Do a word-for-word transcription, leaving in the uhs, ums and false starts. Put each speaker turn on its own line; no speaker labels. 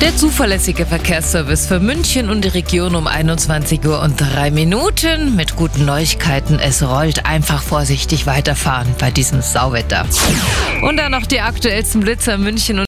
Der zuverlässige Verkehrsservice für München und die Region um einundzwanzig Uhr und drei Minuten mit guten Neuigkeiten. Es rollt, einfach vorsichtig weiterfahren bei diesem Sauwetter. Und dann noch die aktuellsten Blitzer München und